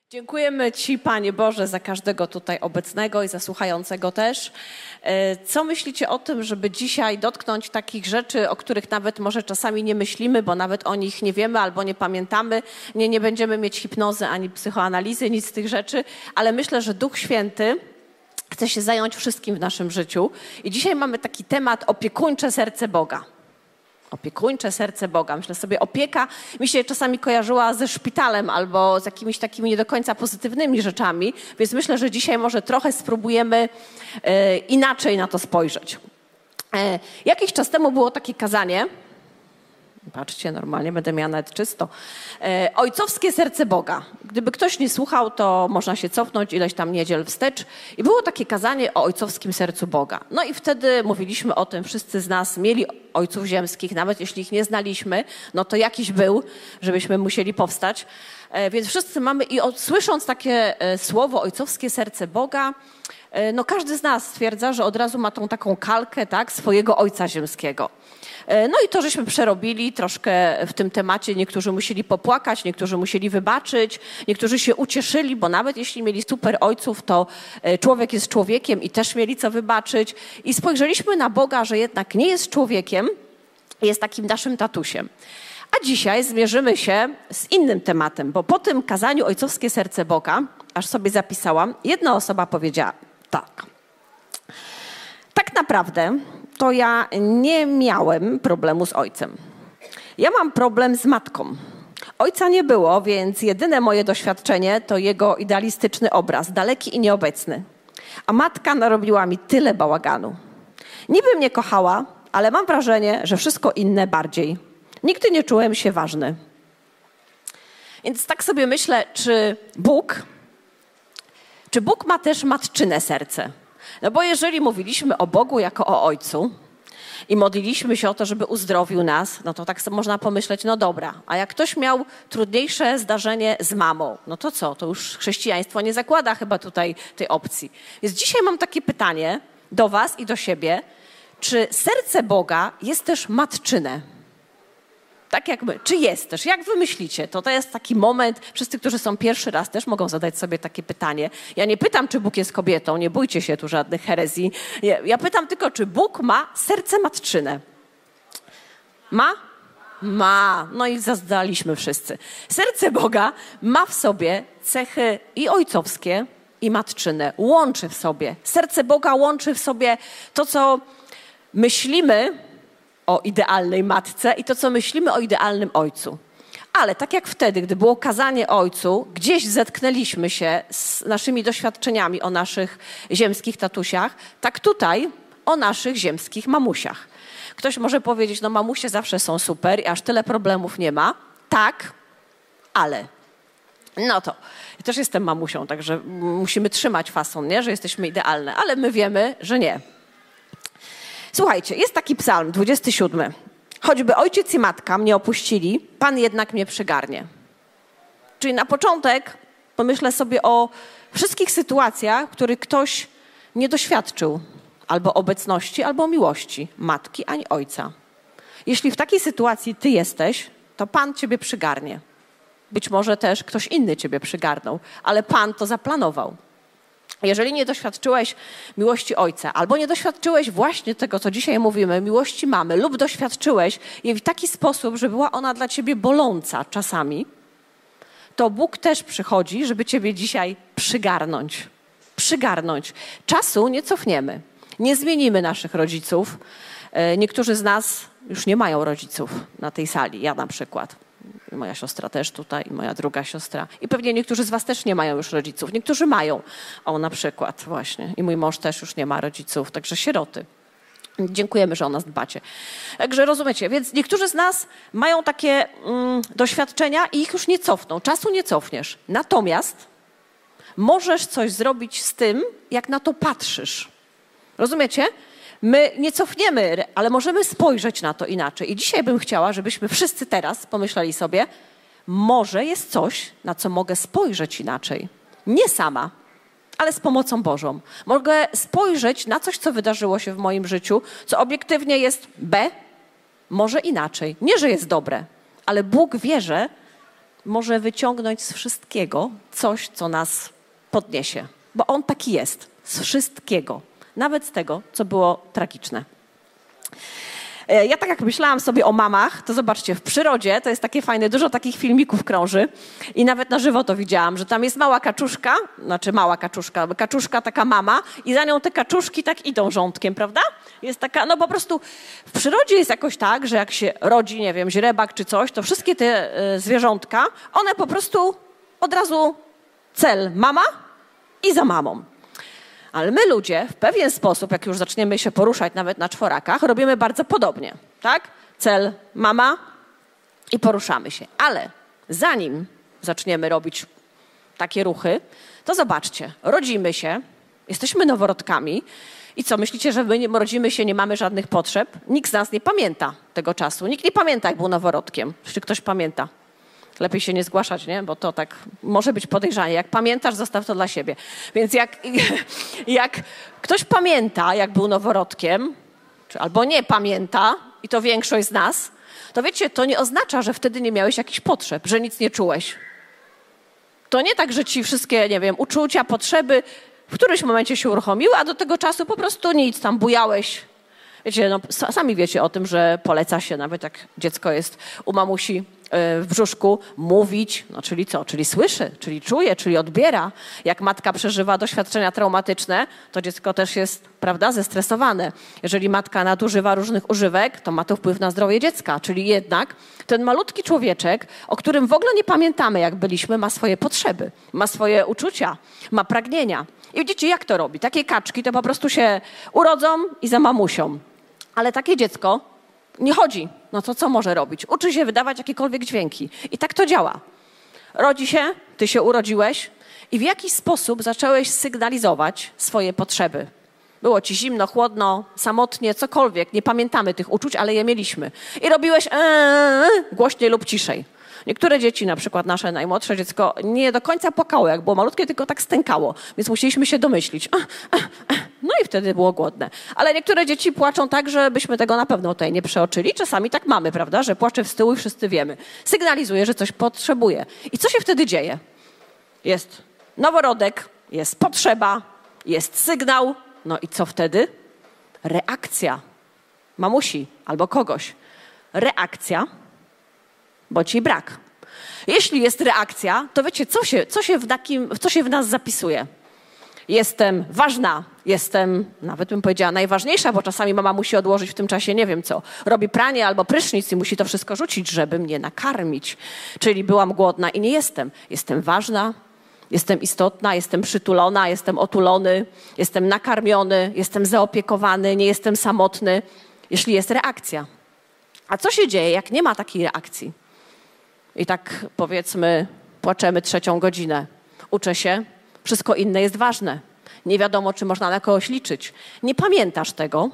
Dziękujemy Ci, Panie Boże, za każdego tutaj obecnego i za słuchającego też. Co myślicie o tym, żeby dzisiaj dotknąć takich rzeczy, o których nawet może czasami nie myślimy, bo nawet o nich nie wiemy albo nie pamiętamy. Nie będziemy mieć hipnozy ani psychoanalizy, nic z tych rzeczy, ale myślę, że Duch Święty chce się zająć wszystkim w naszym życiu. I dzisiaj mamy taki temat opiekuńcze serce Boga. Opiekuńcze serce Boga. Myślę sobie, opieka mi się czasami kojarzyła ze szpitalem albo z jakimiś takimi nie do końca pozytywnymi rzeczami, więc myślę, że dzisiaj może trochę spróbujemy inaczej na to spojrzeć. Jakiś czas temu było takie kazanie, patrzcie, normalnie będę miała nawet czysto, Ojcowskie serce Boga. Gdyby ktoś nie słuchał, to można się cofnąć ileś tam niedziel wstecz. I było takie kazanie o ojcowskim sercu Boga. No i wtedy mówiliśmy o tym, wszyscy z nas mieli ojców ziemskich, nawet jeśli ich nie znaliśmy, no to jakiś był, żebyśmy musieli powstać. Więc wszyscy mamy i słysząc takie słowo ojcowskie serce Boga, no każdy z nas stwierdza, że od razu ma tą taką kalkę, tak, swojego Ojca Ziemskiego. No i to żeśmy przerobili troszkę w tym temacie. Niektórzy musieli popłakać, niektórzy musieli wybaczyć, niektórzy się ucieszyli, bo nawet jeśli mieli super ojców, to człowiek jest człowiekiem i też mieli co wybaczyć. I spojrzeliśmy na Boga, że jednak nie jest człowiekiem, jest takim naszym tatusiem. A dzisiaj zmierzymy się z innym tematem, bo po tym kazaniu Ojcowskie serce Boga, aż sobie zapisałam, jedna osoba powiedziała tak. Tak naprawdę to ja nie miałem problemu z ojcem. Ja mam problem z matką. Ojca nie było, więc jedyne moje doświadczenie to jego idealistyczny obraz, daleki i nieobecny. A matka narobiła mi tyle bałaganu. Niby mnie kochała, ale mam wrażenie, że wszystko inne bardziej. Nigdy nie czułem się ważny. Więc tak sobie myślę, czy Bóg ma też matczyne serce? No bo jeżeli mówiliśmy o Bogu jako o Ojcu i modliliśmy się o to, żeby uzdrowił nas, no to tak sobie można pomyśleć, no dobra, a jak ktoś miał trudniejsze zdarzenie z mamą, no to co? To już chrześcijaństwo nie zakłada chyba tutaj tej opcji. Więc dzisiaj mam takie pytanie do was i do siebie, czy serce Boga jest też matczyne? Tak jak my. Czy jest też? Jak wy myślicie? To jest taki moment, wszyscy, którzy są pierwszy raz, też mogą zadać sobie takie pytanie. Ja nie pytam, czy Bóg jest kobietą, nie bójcie się tu żadnych herezji. Ja pytam tylko, czy Bóg ma serce matczyne? Ma? Ma. No i zazdaliśmy wszyscy. Serce Boga ma w sobie cechy i ojcowskie, i matczyne. Łączy w sobie. Serce Boga łączy w sobie to, co myślimy o idealnej matce i to, co myślimy o idealnym ojcu. Ale tak jak wtedy, gdy było kazanie o ojcu, gdzieś zetknęliśmy się z naszymi doświadczeniami o naszych ziemskich tatusiach, tak tutaj o naszych ziemskich mamusiach. Ktoś może powiedzieć, no mamusie zawsze są super i aż tyle problemów nie ma. Tak, ale... No to, ja też jestem mamusią, także musimy trzymać fason, nie? Że jesteśmy idealne, ale my wiemy, że nie. Słuchajcie, jest taki psalm 27. Choćby ojciec i matka mnie opuścili, Pan jednak mnie przygarnie. Czyli na początek pomyślę sobie o wszystkich sytuacjach, w których ktoś nie doświadczył albo obecności, albo miłości matki ani ojca. Jeśli w takiej sytuacji ty jesteś, to Pan ciebie przygarnie. Być może też ktoś inny ciebie przygarnął, ale Pan to zaplanował. Jeżeli nie doświadczyłeś miłości ojca, albo nie doświadczyłeś właśnie tego, co dzisiaj mówimy, miłości mamy, lub doświadczyłeś jej w taki sposób, że była ona dla ciebie boląca czasami, to Bóg też przychodzi, żeby ciebie dzisiaj przygarnąć. Przygarnąć. Czasu nie cofniemy. Nie zmienimy naszych rodziców. Niektórzy z nas już nie mają rodziców na tej sali. Ja na przykład. Moja siostra też tutaj, moja druga siostra. I pewnie niektórzy z was też nie mają już rodziców. Niektórzy mają. O, na przykład właśnie. I mój mąż też już nie ma rodziców, także sieroty. Dziękujemy, że o nas dbacie. Także rozumiecie, więc niektórzy z nas mają takie doświadczenia i ich już nie cofną. Czasu nie cofniesz. Natomiast możesz coś zrobić z tym, jak na to patrzysz. Rozumiecie? My nie cofniemy, ale możemy spojrzeć na to inaczej. I dzisiaj bym chciała, żebyśmy wszyscy teraz pomyśleli sobie, może jest coś, na co mogę spojrzeć inaczej. Nie sama, ale z pomocą Bożą. Mogę spojrzeć na coś, co wydarzyło się w moim życiu, co obiektywnie jest B, może inaczej. Nie, że jest dobre, ale Bóg wie, że może wyciągnąć z wszystkiego coś, co nas podniesie. Bo On taki jest. Z wszystkiego. Nawet z tego, co było tragiczne. Ja tak jak myślałam sobie o mamach, to zobaczcie, w przyrodzie to jest takie fajne, dużo takich filmików krąży i nawet na żywo to widziałam, że tam jest mała kaczuszka, kaczuszka taka mama i za nią te kaczuszki tak idą rządkiem, prawda? Jest taka, no po prostu w przyrodzie jest jakoś tak, że jak się rodzi, nie wiem, źrebak czy coś, to wszystkie te zwierzątka, one po prostu od razu cel mama i za mamą. Ale my ludzie w pewien sposób, jak już zaczniemy się poruszać nawet na czworakach, robimy bardzo podobnie, tak? Cel mama i poruszamy się. Ale zanim zaczniemy robić takie ruchy, to zobaczcie, rodzimy się, jesteśmy noworodkami i co, myślicie, że my rodzimy się, nie mamy żadnych potrzeb? Nikt z nas nie pamięta tego czasu. Nikt nie pamięta, jak był noworodkiem. Czy ktoś pamięta? Lepiej się nie zgłaszać, nie? Bo to tak może być podejrzanie. Jak pamiętasz, zostaw to dla siebie. Więc jak ktoś pamięta, jak był noworodkiem, albo nie pamięta, i to większość z nas, to wiecie, to nie oznacza, że wtedy nie miałeś jakichś potrzeb, że nic nie czułeś. To nie tak, że ci wszystkie, nie wiem, uczucia, potrzeby w którymś momencie się uruchomiły, a do tego czasu po prostu nic, tam bujałeś. Wiecie, no, sami wiecie o tym, że poleca się, nawet jak dziecko jest u mamusi w brzuszku, mówić, no czyli co? Czyli słyszy, czyli czuje, czyli odbiera. Jak matka przeżywa doświadczenia traumatyczne, to dziecko też jest, prawda, zestresowane. Jeżeli matka nadużywa różnych używek, to ma to wpływ na zdrowie dziecka. Czyli jednak ten malutki człowieczek, o którym w ogóle nie pamiętamy, jak byliśmy, ma swoje potrzeby, ma swoje uczucia, ma pragnienia. I widzicie, jak to robi? Takie kaczki to po prostu się urodzą i za mamusią. Ale takie dziecko nie chodzi. No to co może robić? Uczy się wydawać jakiekolwiek dźwięki. I tak to działa. Rodzi się, ty się urodziłeś i w jakiś sposób zacząłeś sygnalizować swoje potrzeby. Było ci zimno, chłodno, samotnie, cokolwiek. Nie pamiętamy tych uczuć, ale je mieliśmy. I robiłeś głośniej lub ciszej. Niektóre dzieci, na przykład nasze najmłodsze dziecko, nie do końca płakało, jak było malutkie, tylko tak stękało. Więc musieliśmy się domyślić. No i wtedy było głodne. Ale niektóre dzieci płaczą tak, żebyśmy tego na pewno tutaj nie przeoczyli. Czasami tak mamy, prawda, że płacze z tyłu i wszyscy wiemy. Sygnalizuje, że coś potrzebuje. I co się wtedy dzieje? Jest noworodek, jest potrzeba, jest sygnał. No i co wtedy? Reakcja mamusi albo kogoś. Reakcja bądź jej brak. Jeśli jest reakcja, to wiecie, co się w nas zapisuje? Jestem ważna, jestem, nawet bym powiedziała, najważniejsza, bo czasami mama musi odłożyć w tym czasie, nie wiem co, robi pranie albo prysznic i musi to wszystko rzucić, żeby mnie nakarmić. Czyli byłam głodna i nie jestem. Jestem ważna, jestem istotna, jestem przytulona, jestem otulony, jestem nakarmiony, jestem zaopiekowany, nie jestem samotny, jeśli jest reakcja. A co się dzieje, jak nie ma takiej reakcji? I tak powiedzmy, płaczemy 3. godzinę. Uczę się, wszystko inne jest ważne. Nie wiadomo, czy można na kogoś liczyć. Nie pamiętasz tego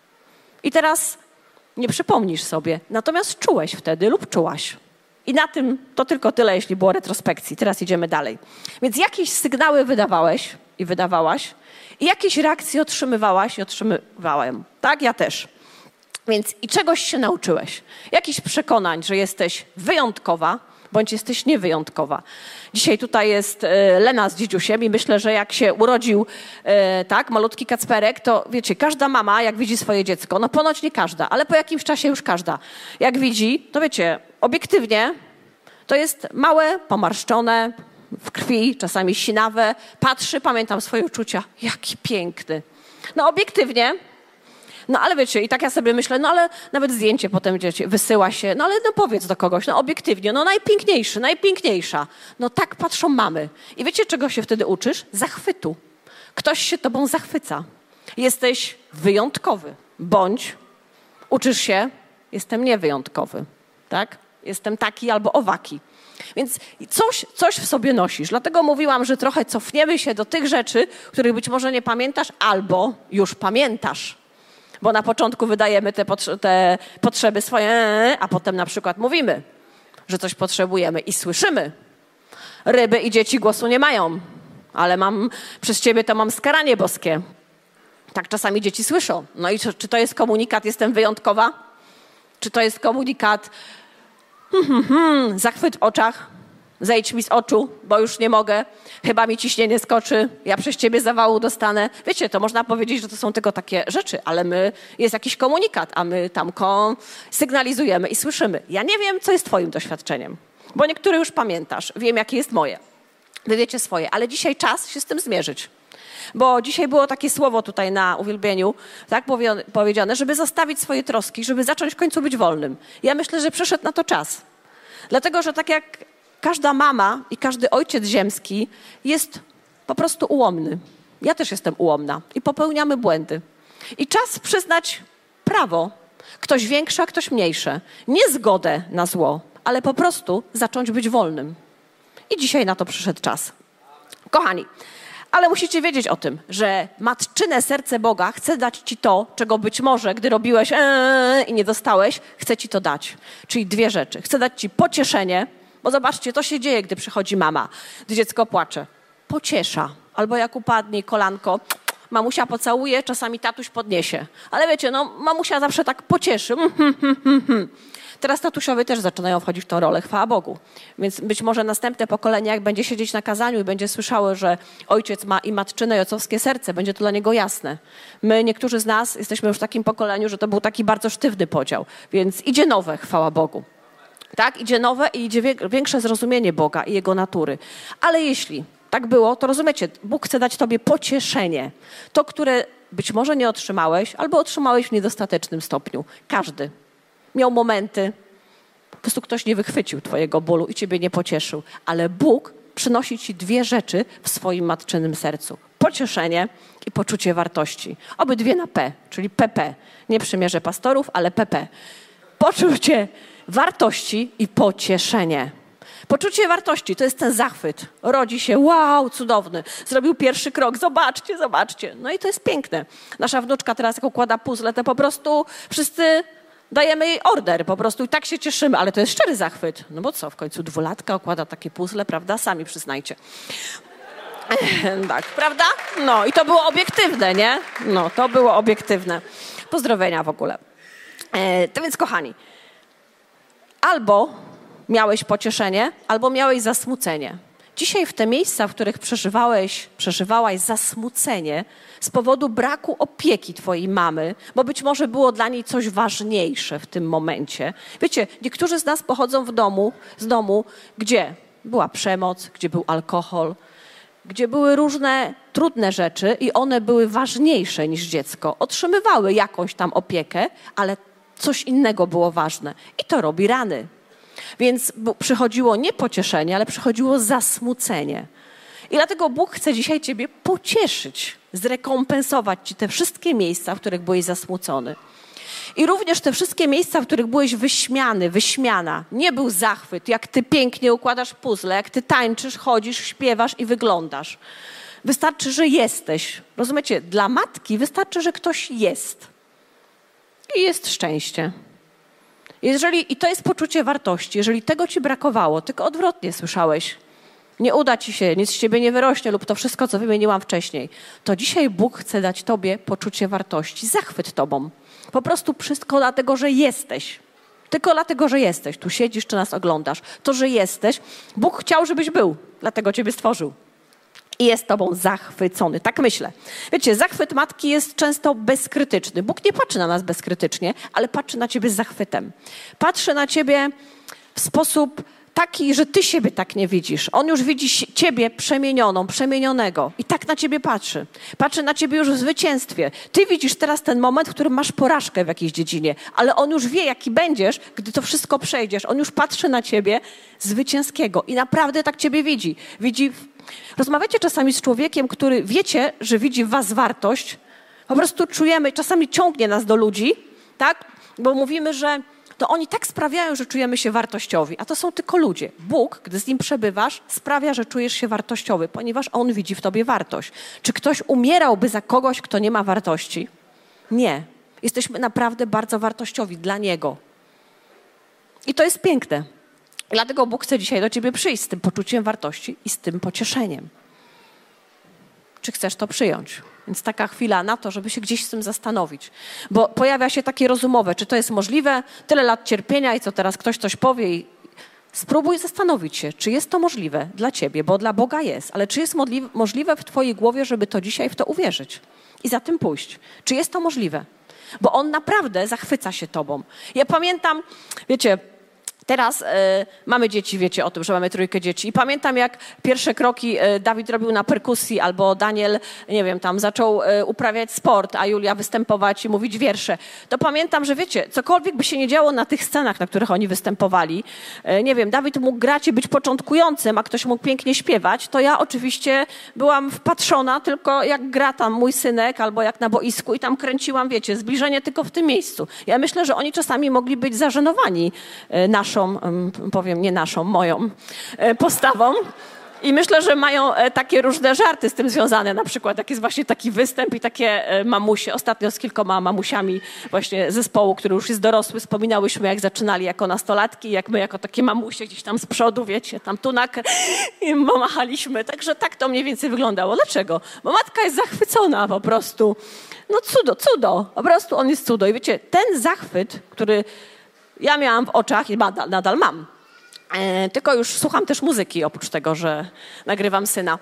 i teraz nie przypomnisz sobie. Natomiast czułeś wtedy lub czułaś. I na tym to tylko tyle, jeśli było retrospekcji. Teraz idziemy dalej. Więc jakieś sygnały wydawałeś i wydawałaś i jakieś reakcje otrzymywałaś i otrzymywałem. Tak, ja też. Więc i czegoś się nauczyłeś. Jakichś przekonań, że jesteś wyjątkowa, bądź jesteś niewyjątkowa. Dzisiaj tutaj jest Lena z dzidziusiem i myślę, że jak się urodził malutki Kacperek, to wiecie, każda mama, jak widzi swoje dziecko, no ponoć nie każda, ale po jakimś czasie już każda, jak widzi, to wiecie, obiektywnie to jest małe, pomarszczone, w krwi, czasami sinawe, patrzy, pamiętam swoje uczucia, jaki piękny. No obiektywnie. No ale wiecie, i tak ja sobie myślę, no ale nawet zdjęcie potem dzieci wysyła się, no ale no powiedz do kogoś, no obiektywnie, no najpiękniejszy, najpiękniejsza. No tak patrzą mamy. I wiecie, czego się wtedy uczysz? Zachwytu. Ktoś się tobą zachwyca. Jesteś wyjątkowy, bądź uczysz się, jestem niewyjątkowy, tak? Jestem taki albo owaki. Więc coś w sobie nosisz. Dlatego mówiłam, że trochę cofniemy się do tych rzeczy, których być może nie pamiętasz albo już pamiętasz. Bo na początku wydajemy te potrzeby swoje, a potem na przykład mówimy, że coś potrzebujemy i słyszymy. Ryby i dzieci głosu nie mają, ale przez ciebie to mam skaranie boskie. Tak czasami dzieci słyszą. No i czy to jest komunikat, jestem wyjątkowa? Czy to jest komunikat, zachwyt w oczach? zejdź mi z oczu, bo już nie mogę, chyba mi ciśnienie skoczy, ja przez ciebie zawału dostanę. Wiecie, to można powiedzieć, że to są tylko takie rzeczy, ale jest jakiś komunikat, a my tam sygnalizujemy i słyszymy. Ja nie wiem, co jest twoim doświadczeniem, bo niektóre już pamiętasz, wiem, jakie jest moje. Wy wiecie swoje, ale dzisiaj czas się z tym zmierzyć. Bo dzisiaj było takie słowo tutaj na uwielbieniu, tak powiedziane, żeby zostawić swoje troski, żeby zacząć w końcu być wolnym. Ja myślę, że przyszedł na to czas. Dlatego, że tak jak każda mama i każdy ojciec ziemski jest po prostu ułomny. Ja też jestem ułomna i popełniamy błędy. I czas przyznać prawo. Ktoś większe, a ktoś mniejsze. Nie zgodę na zło, ale po prostu zacząć być wolnym. I dzisiaj na to przyszedł czas. Kochani, ale musicie wiedzieć o tym, że matczyne serce Boga chce dać ci to, czego być może, gdy robiłeś i nie dostałeś, chce ci to dać. Czyli dwie rzeczy. Chce dać ci pocieszenie, bo zobaczcie, to się dzieje, gdy przychodzi mama, gdy dziecko płacze. Pociesza. Albo jak upadnie kolanko, mamusia pocałuje, czasami tatuś podniesie. Ale wiecie, mamusia zawsze tak pocieszy. Teraz tatusiowie też zaczynają wchodzić w tą rolę, chwała Bogu. Więc być może następne pokolenie, jak będzie siedzieć na kazaniu i będzie słyszało, że ojciec ma i matczyne, i ojcowskie serce, będzie to dla niego jasne. My, niektórzy z nas, jesteśmy już w takim pokoleniu, że to był taki bardzo sztywny podział. Więc idzie nowe, chwała Bogu. Tak, idzie nowe i idzie większe zrozumienie Boga i Jego natury. Ale jeśli tak było, to rozumiecie, Bóg chce dać tobie pocieszenie. To, które być może nie otrzymałeś, albo otrzymałeś w niedostatecznym stopniu. Każdy miał momenty, po prostu ktoś nie wychwycił twojego bólu i ciebie nie pocieszył. Ale Bóg przynosi ci dwie rzeczy w swoim matczynym sercu. Pocieszenie i poczucie wartości. Obydwie na P, czyli PP. Nie przymierze pastorów, ale PP. Poczucie wartości i pocieszenie. Poczucie wartości to jest ten zachwyt. Rodzi się, wow, cudowny. Zrobił pierwszy krok, zobaczcie, zobaczcie. No i to jest piękne. Nasza wnuczka teraz jak układa puzzle, to po prostu wszyscy dajemy jej order po prostu i tak się cieszymy, ale to jest szczery zachwyt. No bo co, w końcu 2-latka układa takie puzzle, prawda? Sami przyznajcie. Tak, prawda? No i to było obiektywne, nie? No, to było obiektywne. Pozdrowienia w ogóle. To więc kochani, albo miałeś pocieszenie, albo miałeś zasmucenie. Dzisiaj w te miejsca, w których przeżywałaś zasmucenie z powodu braku opieki twojej mamy, bo być może było dla niej coś ważniejsze w tym momencie. Wiecie, niektórzy z nas pochodzą z domu, gdzie była przemoc, gdzie był alkohol, gdzie były różne trudne rzeczy i one były ważniejsze niż dziecko. Otrzymywały jakąś tam opiekę, ale coś innego było ważne. I to robi rany. Więc przychodziło nie pocieszenie, ale przychodziło zasmucenie. I dlatego Bóg chce dzisiaj ciebie pocieszyć, zrekompensować ci te wszystkie miejsca, w których byłeś zasmucony. I również te wszystkie miejsca, w których byłeś wyśmiany, wyśmiana. Nie był zachwyt, jak ty pięknie układasz puzzle, jak ty tańczysz, chodzisz, śpiewasz i wyglądasz. Wystarczy, że jesteś. Rozumiecie? Dla matki wystarczy, że ktoś jest. I jest szczęście. I to jest poczucie wartości. Jeżeli tego ci brakowało, tylko odwrotnie słyszałeś, nie uda ci się, nic z ciebie nie wyrośnie lub to wszystko, co wymieniłam wcześniej, to dzisiaj Bóg chce dać tobie poczucie wartości, zachwyt tobą. Po prostu wszystko dlatego, że jesteś. Tylko dlatego, że jesteś. Tu siedzisz, czy nas oglądasz. To, że jesteś, Bóg chciał, żebyś był. Dlatego ciebie stworzył. I jest tobą zachwycony. Tak myślę. Wiecie, zachwyt matki jest często bezkrytyczny. Bóg nie patrzy na nas bezkrytycznie, ale patrzy na ciebie z zachwytem. Patrzy na ciebie w sposób taki, że ty siebie tak nie widzisz. On już widzi ciebie przemienioną, przemienionego i tak na ciebie patrzy. Patrzy na ciebie już w zwycięstwie. Ty widzisz teraz ten moment, w którym masz porażkę w jakiejś dziedzinie, ale on już wie, jaki będziesz, gdy to wszystko przejdziesz. On już patrzy na ciebie zwycięskiego i naprawdę tak ciebie widzi. Rozmawiacie czasami z człowiekiem, który wiecie, że widzi w was wartość. Po prostu czujemy, czasami ciągnie nas do ludzi, tak? Bo mówimy, że to oni tak sprawiają, że czujemy się wartościowi, a to są tylko ludzie. Bóg, gdy z nim przebywasz, sprawia, że czujesz się wartościowy, ponieważ on widzi w tobie wartość. Czy ktoś umierałby za kogoś, kto nie ma wartości? Nie. Jesteśmy naprawdę bardzo wartościowi dla niego. I to jest piękne. Dlatego Bóg chce dzisiaj do ciebie przyjść z tym poczuciem wartości i z tym pocieszeniem. Czy chcesz to przyjąć? Więc taka chwila na to, żeby się gdzieś z tym zastanowić. Bo pojawia się takie rozumowe, czy to jest możliwe, tyle lat cierpienia i co teraz ktoś coś powie i Spróbuj zastanowić się, czy jest to możliwe dla ciebie, bo dla Boga jest, ale czy jest możliwe w twojej głowie, żeby to dzisiaj w to uwierzyć i za tym pójść? Czy jest to możliwe? Bo On naprawdę zachwyca się tobą. Ja pamiętam, wiecie, teraz mamy dzieci, wiecie o tym, że mamy 3 dzieci. I pamiętam, jak pierwsze kroki Dawid robił na perkusji, albo Daniel, nie wiem, tam zaczął uprawiać sport, a Julia występować i mówić wiersze. To pamiętam, że wiecie, cokolwiek by się nie działo na tych scenach, na których oni występowali, nie wiem, Dawid mógł grać i być początkującym, a ktoś mógł pięknie śpiewać, to ja oczywiście byłam wpatrzona tylko jak gra tam mój synek, albo jak na boisku i tam kręciłam, wiecie, zbliżenie tylko w tym miejscu. Ja myślę, że oni czasami mogli być zażenowani moją postawą. I myślę, że mają takie różne żarty z tym związane. Na przykład jak jest właśnie taki występ i takie mamusie. Ostatnio z kilkoma mamusiami właśnie zespołu, który już jest dorosły, wspominałyśmy, jak zaczynali jako nastolatki, jak my jako takie mamusie gdzieś tam z przodu, wiecie, tam i machaliśmy. Także tak to mniej więcej wyglądało. Dlaczego? Bo matka jest zachwycona po prostu. No cudo. Po prostu on jest cudo. I wiecie, ten zachwyt, który ja miałam w oczach i nadal mam. Tylko już słucham też muzyki, oprócz tego, że nagrywam syna.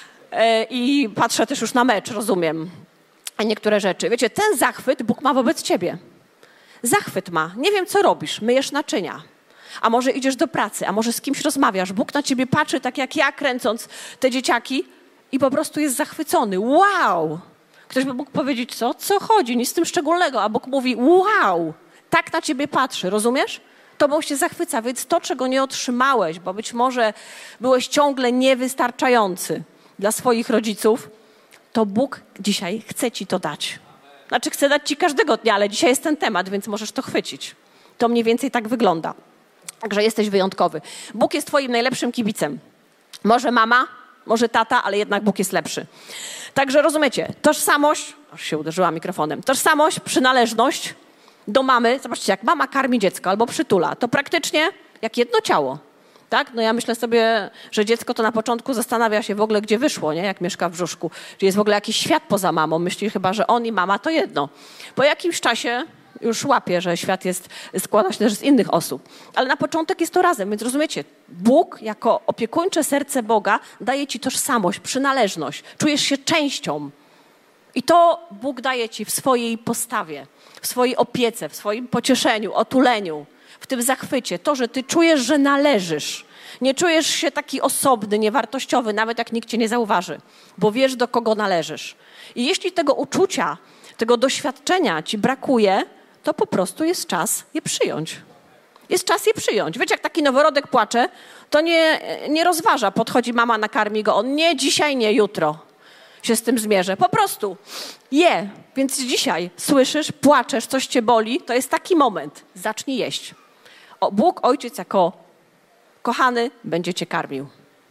I patrzę też już na mecz, rozumiem niektóre rzeczy. Wiecie, ten zachwyt Bóg ma wobec ciebie. Zachwyt ma. Nie wiem, co robisz. Myjesz naczynia. A może idziesz do pracy, a może z kimś rozmawiasz. Bóg na ciebie patrzy tak jak ja, kręcąc te dzieciaki i po prostu jest zachwycony. Wow! Ktoś by mógł powiedzieć, co chodzi? Nic z tym szczególnego. A Bóg mówi, wow! Tak na ciebie patrzy, rozumiesz? Tobą się zachwyca, więc to, czego nie otrzymałeś, bo być może byłeś ciągle niewystarczający dla swoich rodziców, to Bóg dzisiaj chce ci to dać. Znaczy chce dać ci każdego dnia, ale dzisiaj jest ten temat, więc możesz to chwycić. To mniej więcej tak wygląda. Także jesteś wyjątkowy. Bóg jest twoim najlepszym kibicem. Może mama, może tata, ale jednak Bóg jest lepszy. Także rozumiecie, tożsamość, aż się uderzyła mikrofonem, tożsamość, przynależność do mamy, zobaczcie, jak mama karmi dziecko albo przytula, to praktycznie jak jedno ciało, tak? No ja myślę sobie, że dziecko to na początku zastanawia się w ogóle, gdzie wyszło, nie? Jak mieszka w brzuszku. Czy jest w ogóle jakiś świat poza mamą. Myśli chyba, że on i mama to jedno. Po jakimś czasie już łapie, że świat składa się też z innych osób. Ale na początek jest to razem, więc rozumiecie, Bóg jako opiekuńcze serce Boga daje ci tożsamość, przynależność. Czujesz się częścią. I to Bóg daje ci w swojej postawie, w swojej opiece, w swoim pocieszeniu, otuleniu, w tym zachwycie. To, że ty czujesz, że należysz. Nie czujesz się taki osobny, niewartościowy, nawet jak nikt cię nie zauważy, bo wiesz, do kogo należysz. I jeśli tego uczucia, tego doświadczenia ci brakuje, to po prostu jest czas je przyjąć. Jest czas je przyjąć. Wiecie, jak taki noworodek płacze, to nie rozważa. Podchodzi mama, nakarmi go. On nie dzisiaj, nie jutro się z tym zmierzę. Po prostu je. Więc dzisiaj słyszysz, płaczesz, coś cię boli, to jest taki moment. Zacznij jeść. Bóg, Ojciec jako kochany będzie cię karmił.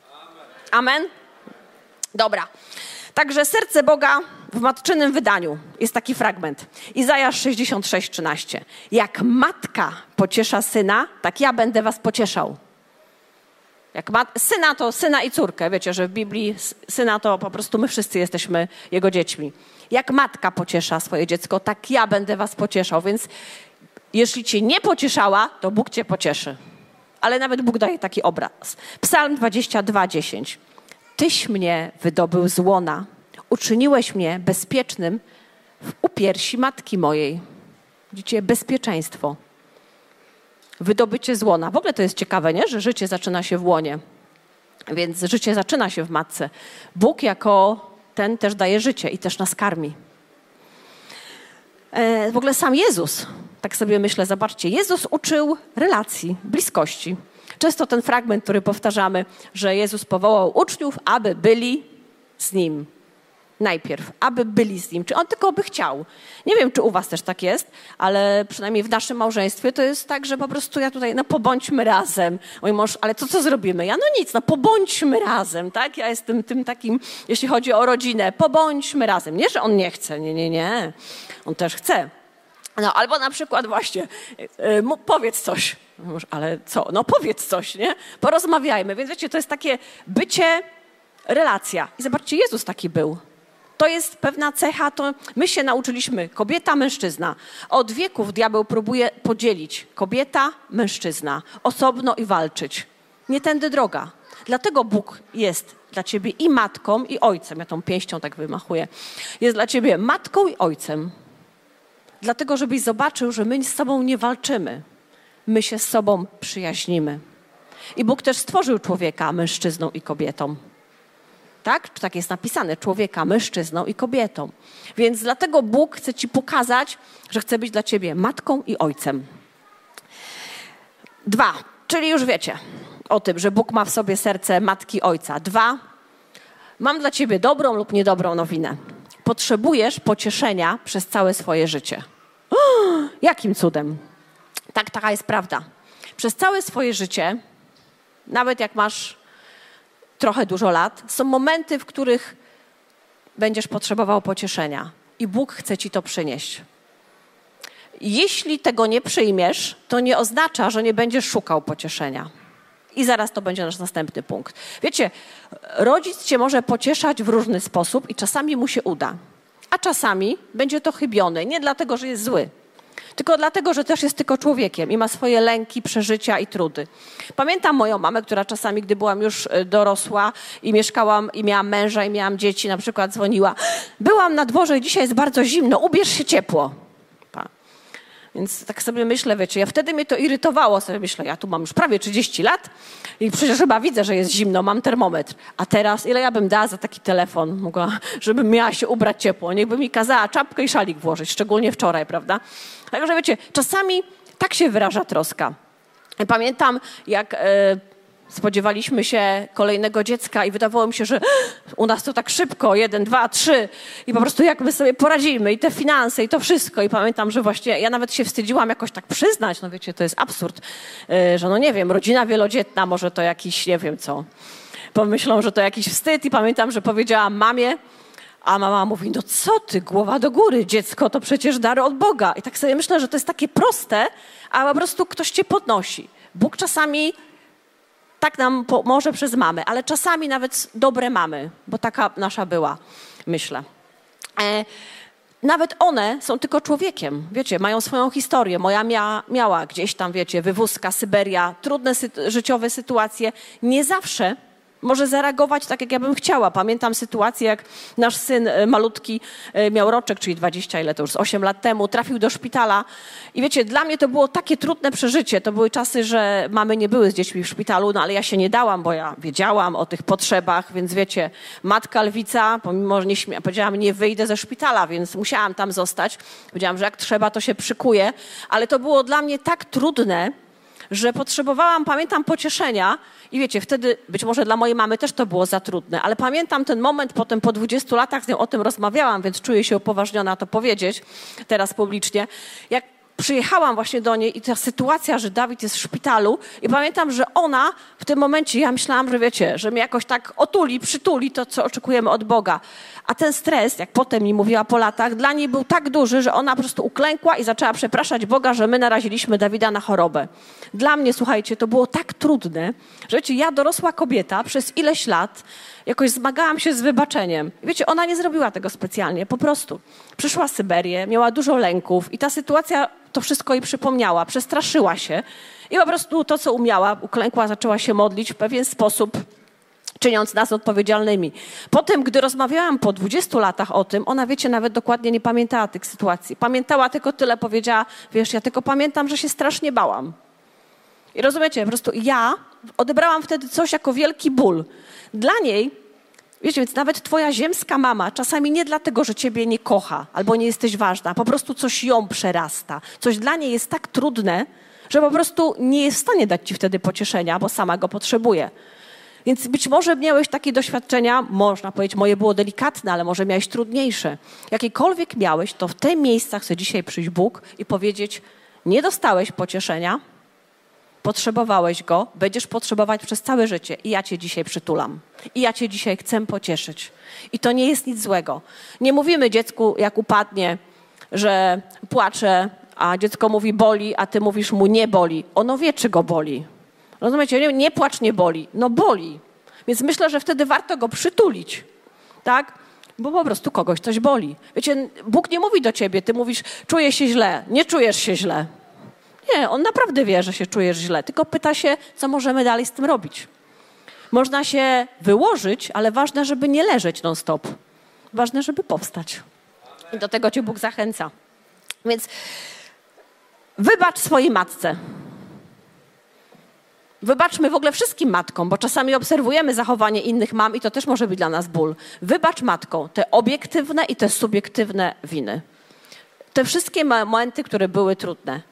Amen? Dobra. Także serce Boga w matczynym wydaniu jest taki fragment. Izajasz 66:13. Jak matka pociesza syna, tak ja będę was pocieszał. Jak syna to syna i córkę. Wiecie, że w Biblii syna to po prostu my wszyscy jesteśmy jego dziećmi. Jak matka pociesza swoje dziecko, tak ja będę was pocieszał. Więc jeśli cię nie pocieszała, to Bóg cię pocieszy. Ale nawet Bóg daje taki obraz. Psalm 22:10. Tyś mnie wydobył z łona, uczyniłeś mnie bezpiecznym u piersi matki mojej. Widzicie, bezpieczeństwo. Wydobycie z łona. W ogóle to jest ciekawe, nie? Że życie zaczyna się w łonie. Więc życie zaczyna się w matce. Bóg jako ten też daje życie i też nas karmi. W ogóle sam Jezus, tak sobie myślę, zobaczcie, Jezus uczył relacji, bliskości. Często ten fragment, który powtarzamy, że Jezus powołał uczniów, aby byli z Nim. Najpierw, aby byli z Nim. Czy On tylko by chciał. Nie wiem, czy u was też tak jest, ale przynajmniej w naszym małżeństwie to jest tak, że po prostu ja tutaj, pobądźmy razem. Mój mąż, ale co zrobimy? Ja, nic, pobądźmy razem, tak? Ja jestem tym takim, jeśli chodzi o rodzinę, pobądźmy razem. Nie, że on nie chce, nie. On też chce. Albo na przykład właśnie, powiedz coś. Ale co? Powiedz coś, nie? Porozmawiajmy. Więc wiecie, to jest takie bycie, relacja. I zobaczcie, Jezus taki był. To jest pewna cecha, to my się nauczyliśmy, kobieta, mężczyzna. Od wieków diabeł próbuje podzielić kobieta, mężczyzna, osobno i walczyć. Nie tędy droga. Dlatego Bóg jest dla ciebie i matką, i ojcem. Ja tą pięścią tak wymachuję. Jest dla ciebie matką i ojcem. Dlatego, żebyś zobaczył, że my z sobą nie walczymy. My się z sobą przyjaźnimy. I Bóg też stworzył człowieka mężczyzną i kobietą. Tak? Tak jest napisane. Człowieka mężczyzną i kobietą. Więc dlatego Bóg chce ci pokazać, że chce być dla ciebie matką i ojcem. 2. Czyli już wiecie o tym, że Bóg ma w sobie serce matki i ojca. 2. Mam dla ciebie dobrą lub niedobrą nowinę. Potrzebujesz pocieszenia przez całe swoje życie. Jakim cudem? Tak, taka jest prawda. Przez całe swoje życie, nawet jak masz trochę dużo lat, są momenty, w których będziesz potrzebował pocieszenia. I Bóg chce ci to przynieść. Jeśli tego nie przyjmiesz, to nie oznacza, że nie będziesz szukał pocieszenia. I zaraz to będzie nasz następny punkt. Wiecie, rodzic cię może pocieszać w różny sposób i czasami mu się uda. A czasami będzie to chybione. Nie dlatego, że jest zły, tylko dlatego, że też jest tylko człowiekiem i ma swoje lęki, przeżycia i trudy. Pamiętam moją mamę, która czasami, gdy byłam już dorosła i mieszkałam i miałam męża i miałam dzieci, na przykład dzwoniła. Byłam na dworze i dzisiaj jest bardzo zimno, ubierz się ciepło. Więc tak sobie myślę, wiecie, ja wtedy mnie to irytowało. Sobie myślę, ja tu mam już prawie 30 lat i przecież chyba widzę, że jest zimno, mam termometr. A teraz ile ja bym dała za taki telefon, mogła, żebym miała się ubrać ciepło. Niech by mi kazała czapkę i szalik włożyć, szczególnie wczoraj, prawda? Także wiecie, czasami tak się wyraża troska. Pamiętam, jak spodziewaliśmy się kolejnego dziecka i wydawało mi się, że u nas to tak szybko, 1, 2, 3 i po prostu jak my sobie poradzimy i te finanse i to wszystko. I pamiętam, że właśnie ja nawet się wstydziłam jakoś tak przyznać, no wiecie, to jest absurd, że no nie wiem, rodzina wielodzietna, może to jakiś, nie wiem co, pomyślą, że to jakiś wstyd i pamiętam, że powiedziałam mamie, a mama mówi, no co ty, głowa do góry, dziecko to przecież dar od Boga. I tak sobie myślę, że to jest takie proste, a po prostu ktoś cię podnosi. Bóg czasami tak nam pomoże przez mamy, ale czasami nawet dobre mamy, bo taka nasza była, myślę. Nawet one są tylko człowiekiem, wiecie, mają swoją historię. Moja miała gdzieś tam, wiecie, wywózka, Syberia, trudne życiowe sytuacje. Nie zawsze może zareagować tak, jak ja bym chciała. Pamiętam sytuację, jak nasz syn malutki miał roczek, czyli 20, ile to już, 8 lat temu, trafił do szpitala. I wiecie, dla mnie to było takie trudne przeżycie. To były czasy, że mamy nie były z dziećmi w szpitalu, no ale ja się nie dałam, bo ja wiedziałam o tych potrzebach, więc wiecie, matka lwica, pomimo, że powiedziałam, nie wyjdę ze szpitala, więc musiałam tam zostać. Powiedziałam, że jak trzeba, to się przykuję. Ale to było dla mnie tak trudne, że potrzebowałam, pamiętam, pocieszenia i wiecie, wtedy być może dla mojej mamy też to było za trudne, ale pamiętam ten moment, potem po 20 latach z nią o tym rozmawiałam, więc czuję się upoważniona to powiedzieć teraz publicznie, jak przyjechałam właśnie do niej i ta sytuacja, że Dawid jest w szpitalu i pamiętam, że ona w tym momencie, ja myślałam, że wiecie, że mnie jakoś tak otuli, przytuli to, co oczekujemy od Boga. A ten stres, jak potem mi mówiła po latach, dla niej był tak duży, że ona po prostu uklękła i zaczęła przepraszać Boga, że my naraziliśmy Dawida na chorobę. Dla mnie, słuchajcie, to było tak trudne, że wiecie, ja dorosła kobieta przez ileś lat jakoś zmagałam się z wybaczeniem. I wiecie, ona nie zrobiła tego specjalnie, po prostu. Przyszła z Syberię, miała dużo lęków i ta sytuacja to wszystko jej przypomniała, przestraszyła się i po prostu to, co umiała, uklękła, zaczęła się modlić w pewien sposób, czyniąc nas odpowiedzialnymi. Potem, gdy rozmawiałam po 20 latach o tym, ona, wiecie, nawet dokładnie nie pamiętała tych sytuacji. Pamiętała tylko tyle, powiedziała, wiesz, ja tylko pamiętam, że się strasznie bałam. I rozumiecie, po prostu ja odebrałam wtedy coś jako wielki ból. Dla niej, wiecie, więc nawet twoja ziemska mama czasami nie dlatego, że ciebie nie kocha albo nie jesteś ważna, po prostu coś ją przerasta. Coś dla niej jest tak trudne, że po prostu nie jest w stanie dać ci wtedy pocieszenia, bo sama go potrzebuje. Więc być może miałeś takie doświadczenia, można powiedzieć, moje było delikatne, ale może miałeś trudniejsze. Jakiekolwiek miałeś, to w tych miejscach chce dzisiaj przyjść Bóg i powiedzieć, nie dostałeś pocieszenia, potrzebowałeś go, będziesz potrzebować przez całe życie i ja cię dzisiaj przytulam. I ja cię dzisiaj chcę pocieszyć. I to nie jest nic złego. Nie mówimy dziecku, jak upadnie, że płacze, a dziecko mówi boli, a ty mówisz mu nie boli. Ono wie, czy go boli. Rozumiecie? Nie płacz, nie boli. No boli. Więc myślę, że wtedy warto go przytulić. Tak? Bo po prostu kogoś coś boli. Wiecie, Bóg nie mówi do ciebie, ty mówisz, czuję się źle. Nie czujesz się źle. Nie, on naprawdę wie, że się czujesz źle, tylko pyta się, co możemy dalej z tym robić. Można się wyłożyć, ale ważne, żeby nie leżeć non-stop. Ważne, żeby powstać. I do tego cię Bóg zachęca. Więc wybacz swojej matce. Wybaczmy w ogóle wszystkim matkom, bo czasami obserwujemy zachowanie innych mam i to też może być dla nas ból. Wybacz matkom te obiektywne i te subiektywne winy. Te wszystkie momenty, które były trudne.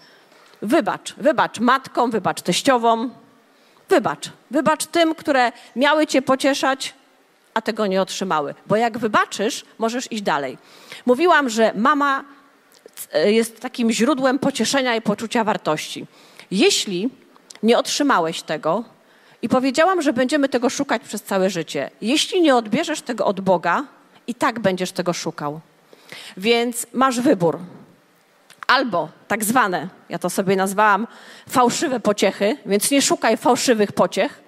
Wybacz matkom, wybacz teściowom. Wybacz tym, które miały cię pocieszać, a tego nie otrzymały. Bo jak wybaczysz, możesz iść dalej. Mówiłam, że mama jest takim źródłem pocieszenia i poczucia wartości. Jeśli nie otrzymałeś tego i powiedziałam, że będziemy tego szukać przez całe życie, jeśli nie odbierzesz tego od Boga, i tak będziesz tego szukał. Więc masz wybór. Albo tak zwane, ja to sobie nazwałam fałszywe pociechy, więc nie szukaj fałszywych pociech,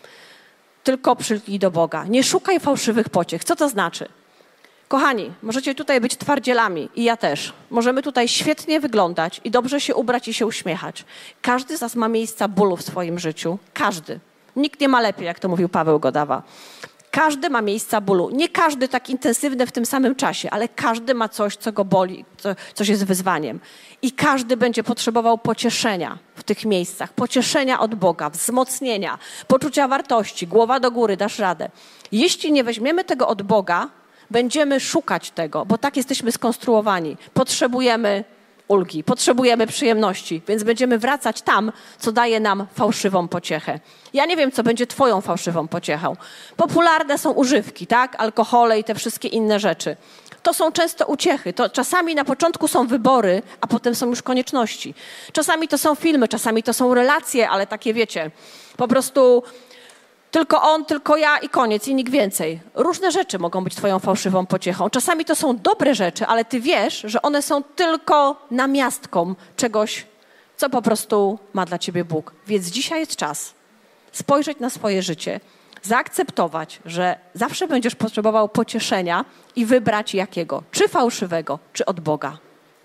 tylko przylgnij do Boga. Nie szukaj fałszywych pociech. Co to znaczy? Kochani, możecie tutaj być twardzielami i ja też. Możemy tutaj świetnie wyglądać i dobrze się ubrać i się uśmiechać. Każdy z nas ma miejsca bólu w swoim życiu. Każdy. Nikt nie ma lepiej, jak to mówił Paweł Godawa. Każdy ma miejsca bólu. Nie każdy tak intensywne w tym samym czasie, ale każdy ma coś, co go boli, coś jest wyzwaniem. I każdy będzie potrzebował pocieszenia w tych miejscach. Pocieszenia od Boga, wzmocnienia, poczucia wartości, głowa do góry, dasz radę. Jeśli nie weźmiemy tego od Boga, będziemy szukać tego, bo tak jesteśmy skonstruowani. Potrzebujemy ulgi, potrzebujemy przyjemności, więc będziemy wracać tam, co daje nam fałszywą pociechę. Ja nie wiem, co będzie twoją fałszywą pociechą. Popularne są używki, tak? Alkohole i te wszystkie inne rzeczy. To są często uciechy. To czasami na początku są wybory, a potem są już konieczności. Czasami to są filmy, czasami to są relacje, ale takie wiecie, po prostu tylko on, tylko ja i koniec i nikt więcej. Różne rzeczy mogą być twoją fałszywą pociechą. Czasami to są dobre rzeczy, ale ty wiesz, że one są tylko namiastką czegoś, co po prostu ma dla ciebie Bóg. Więc dzisiaj jest czas spojrzeć na swoje życie, zaakceptować, że zawsze będziesz potrzebował pocieszenia i wybrać jakiego, czy fałszywego, czy od Boga.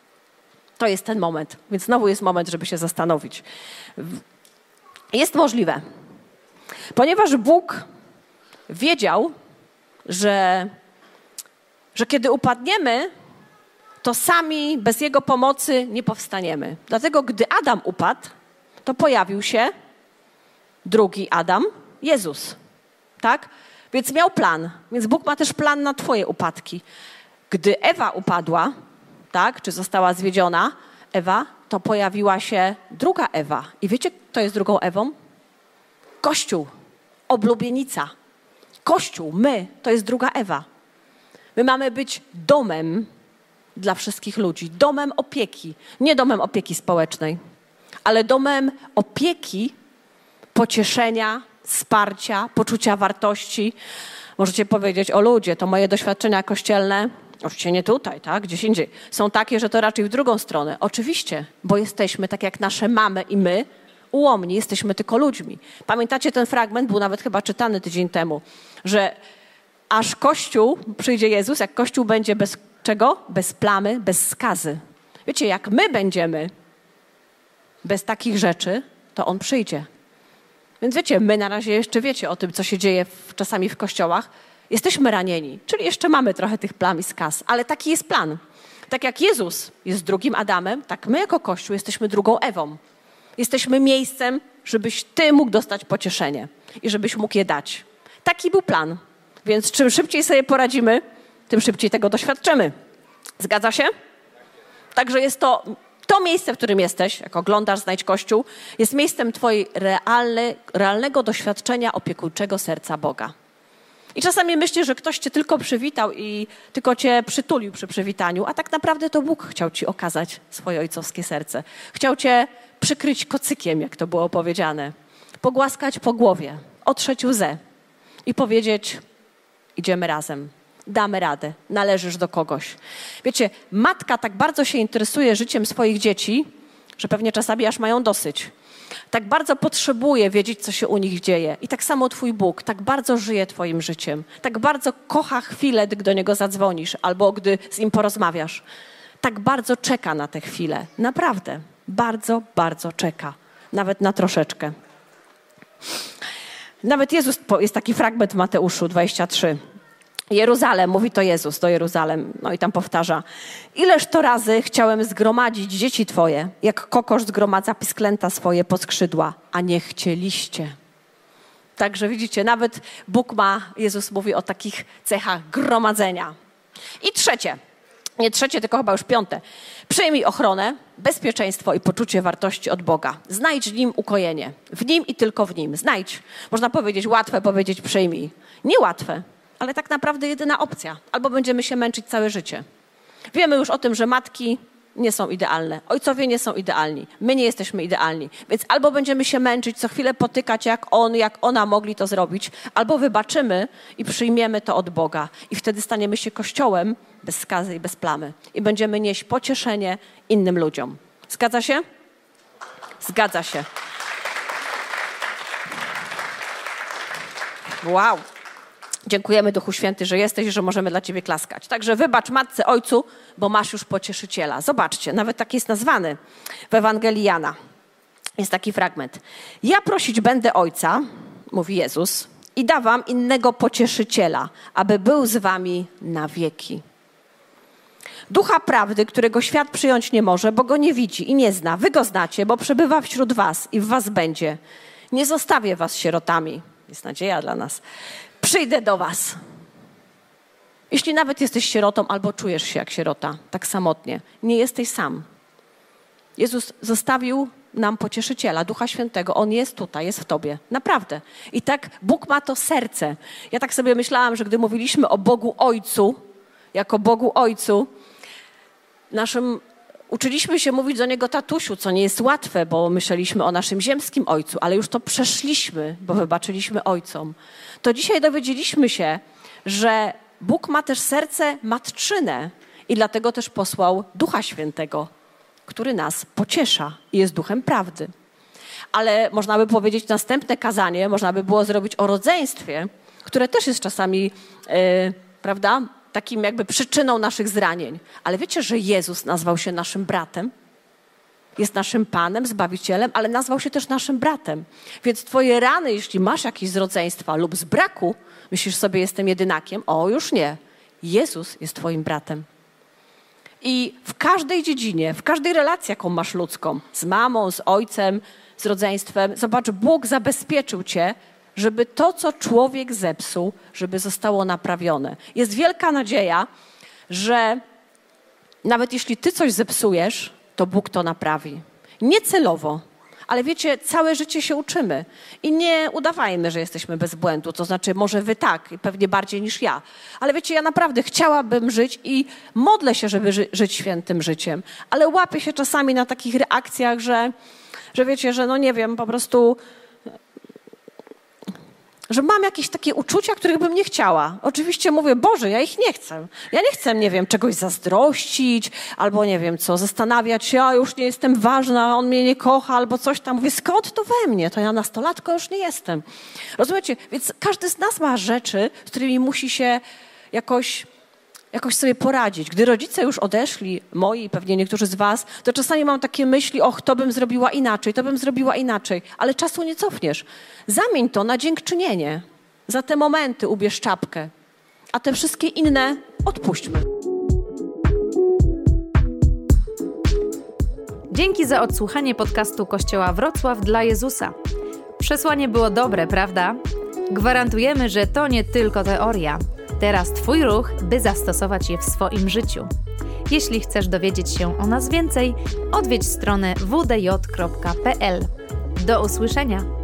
To jest ten moment, więc znowu jest moment, żeby się zastanowić. Jest możliwe. Ponieważ Bóg wiedział, że kiedy upadniemy, to sami bez Jego pomocy nie powstaniemy. Dlatego gdy Adam upadł, to pojawił się drugi Adam, Jezus. Tak? Więc miał plan. Więc Bóg ma też plan na twoje upadki. Gdy Ewa upadła, tak, czy została zwiedziona Ewa, to pojawiła się druga Ewa. I wiecie, kto jest drugą Ewą? Kościół, oblubienica. Kościół, my, to jest druga Ewa. My mamy być domem dla wszystkich ludzi, domem opieki. Nie domem opieki społecznej, ale domem opieki, pocieszenia, wsparcia, poczucia wartości. Możecie powiedzieć, o ludzie, to moje doświadczenia kościelne, oczywiście nie tutaj, tak, gdzieś indziej, są takie, że to raczej w drugą stronę. Oczywiście, bo jesteśmy, tak jak nasze mamy i my, ułomni, jesteśmy tylko ludźmi. Pamiętacie ten fragment, był nawet chyba czytany tydzień temu, że aż Kościół, przyjdzie Jezus, jak Kościół będzie bez czego? Bez plamy, bez skazy. Wiecie, jak my będziemy bez takich rzeczy, to On przyjdzie. Więc wiecie, my na razie jeszcze wiecie o tym, co się dzieje czasami w kościołach. Jesteśmy ranieni, czyli jeszcze mamy trochę tych plam i skaz, ale taki jest plan. Tak jak Jezus jest drugim Adamem, tak my jako Kościół jesteśmy drugą Ewą. Jesteśmy miejscem, żebyś ty mógł dostać pocieszenie i żebyś mógł je dać. Taki był plan. Więc czym szybciej sobie poradzimy, tym szybciej tego doświadczymy. Zgadza się? Także jest to miejsce, w którym jesteś, jak oglądasz Znajdź Kościół, jest miejscem twojej realnego doświadczenia opiekuńczego serca Boga. I czasami myślisz, że ktoś cię tylko przywitał i tylko cię przytulił przy przywitaniu, a tak naprawdę to Bóg chciał ci okazać swoje ojcowskie serce. Chciał cię przykryć kocykiem, jak to było powiedziane, pogłaskać po głowie, otrzeć łzę i powiedzieć, idziemy razem, damy radę, należysz do kogoś. Wiecie, matka tak bardzo się interesuje życiem swoich dzieci, że pewnie czasami aż mają dosyć. Tak bardzo potrzebuje wiedzieć, co się u nich dzieje. I tak samo twój Bóg tak bardzo żyje twoim życiem. Tak bardzo kocha chwilę, gdy do Niego zadzwonisz albo gdy z Nim porozmawiasz. Tak bardzo czeka na tę chwilę. Naprawdę. Bardzo, bardzo czeka. Nawet na troszeczkę. Nawet Jezus, jest taki fragment w Mateuszu 23. Jeruzalem, mówi to Jezus do Jeruzalem, no i tam powtarza. Ileż to razy chciałem zgromadzić dzieci twoje, jak kokosz zgromadza pisklęta swoje pod skrzydła, a nie chcieliście. Także widzicie, nawet Jezus mówi o takich cechach gromadzenia. I trzecie, nie trzecie, tylko chyba już piąte. Przyjmij ochronę, bezpieczeństwo i poczucie wartości od Boga. Znajdź w Nim ukojenie. W Nim i tylko w Nim. Znajdź. Można powiedzieć łatwe, powiedzieć przyjmij. Niełatwe, ale tak naprawdę jedyna opcja. Albo będziemy się męczyć całe życie. Wiemy już o tym, że matki nie są idealne. Ojcowie nie są idealni. My nie jesteśmy idealni. Więc albo będziemy się męczyć, co chwilę potykać, jak on, jak ona mogli to zrobić, albo wybaczymy i przyjmiemy to od Boga. I wtedy staniemy się Kościołem bez skazy i bez plamy. I będziemy nieść pocieszenie innym ludziom. Zgadza się? Zgadza się. Wow. Dziękujemy Duchu Święty, że jesteś i że możemy dla Ciebie klaskać. Także wybacz matce, ojcu, bo masz już pocieszyciela. Zobaczcie, nawet tak jest nazwany w Ewangelii Jana. Jest taki fragment. Ja prosić będę Ojca, mówi Jezus, i da wam innego pocieszyciela, aby był z wami na wieki. Ducha prawdy, którego świat przyjąć nie może, bo go nie widzi i nie zna. Wy go znacie, bo przebywa wśród was i w was będzie. Nie zostawię was sierotami. Jest nadzieja dla nas. Przyjdę do was. Jeśli nawet jesteś sierotą albo czujesz się jak sierota, tak samotnie, nie jesteś sam. Jezus zostawił nam pocieszyciela, Ducha Świętego. On jest tutaj, jest w tobie. Naprawdę. I tak Bóg ma to serce. Ja tak sobie myślałam, że gdy mówiliśmy o Bogu Ojcu, jako Bogu Ojcu, uczyliśmy się mówić do Niego tatusiu, co nie jest łatwe, bo myśleliśmy o naszym ziemskim Ojcu, ale już to przeszliśmy, bo wybaczyliśmy Ojcom. To dzisiaj dowiedzieliśmy się, że Bóg ma też serce matczyne i dlatego też posłał Ducha Świętego, który nas pociesza i jest Duchem prawdy. Ale można by powiedzieć następne kazanie, można by było zrobić o rodzeństwie, które też jest czasami, prawda, takim jakby przyczyną naszych zranień. Ale wiecie, że Jezus nazwał się naszym bratem? Jest naszym Panem, Zbawicielem, ale nazwał się też naszym bratem. Więc twoje rany, jeśli masz jakieś z rodzeństwa lub z braku, myślisz sobie, jestem jedynakiem? O, już nie. Jezus jest twoim bratem. I w każdej dziedzinie, w każdej relacji, jaką masz ludzką, z mamą, z ojcem, z rodzeństwem, zobacz, Bóg zabezpieczył cię, żeby to, co człowiek zepsuł, żeby zostało naprawione. Jest wielka nadzieja, że nawet jeśli ty coś zepsujesz, to Bóg to naprawi. Nie celowo, ale wiecie, całe życie się uczymy. I nie udawajmy, że jesteśmy bez błędu. To znaczy, może wy tak, pewnie bardziej niż ja. Ale wiecie, ja naprawdę chciałabym żyć i modlę się, żeby żyć świętym życiem. Ale łapię się czasami na takich reakcjach, że wiecie, że no nie wiem, po prostu... że mam jakieś takie uczucia, których bym nie chciała. Oczywiście mówię, Boże, ja ich nie chcę. Ja nie chcę, nie wiem, czegoś zazdrościć, albo nie wiem co, zastanawiać się, ja już nie jestem ważna, on mnie nie kocha, albo coś tam. Mówię, skąd to we mnie? To ja nastolatką już nie jestem. Rozumiecie? Więc każdy z nas ma rzeczy, z którymi musi się jakoś sobie poradzić. Gdy rodzice już odeszli, moi, pewnie niektórzy z was, to czasami mam takie myśli, to bym zrobiła inaczej, ale czasu nie cofniesz. Zamień to na dziękczynienie. Za te momenty ubierz czapkę, a te wszystkie inne odpuśćmy. Dzięki za odsłuchanie podcastu Kościoła Wrocław dla Jezusa. Przesłanie było dobre, prawda? Gwarantujemy, że to nie tylko teoria. Teraz twój ruch, by zastosować je w swoim życiu. Jeśli chcesz dowiedzieć się o nas więcej, odwiedź stronę wdj.pl. Do usłyszenia!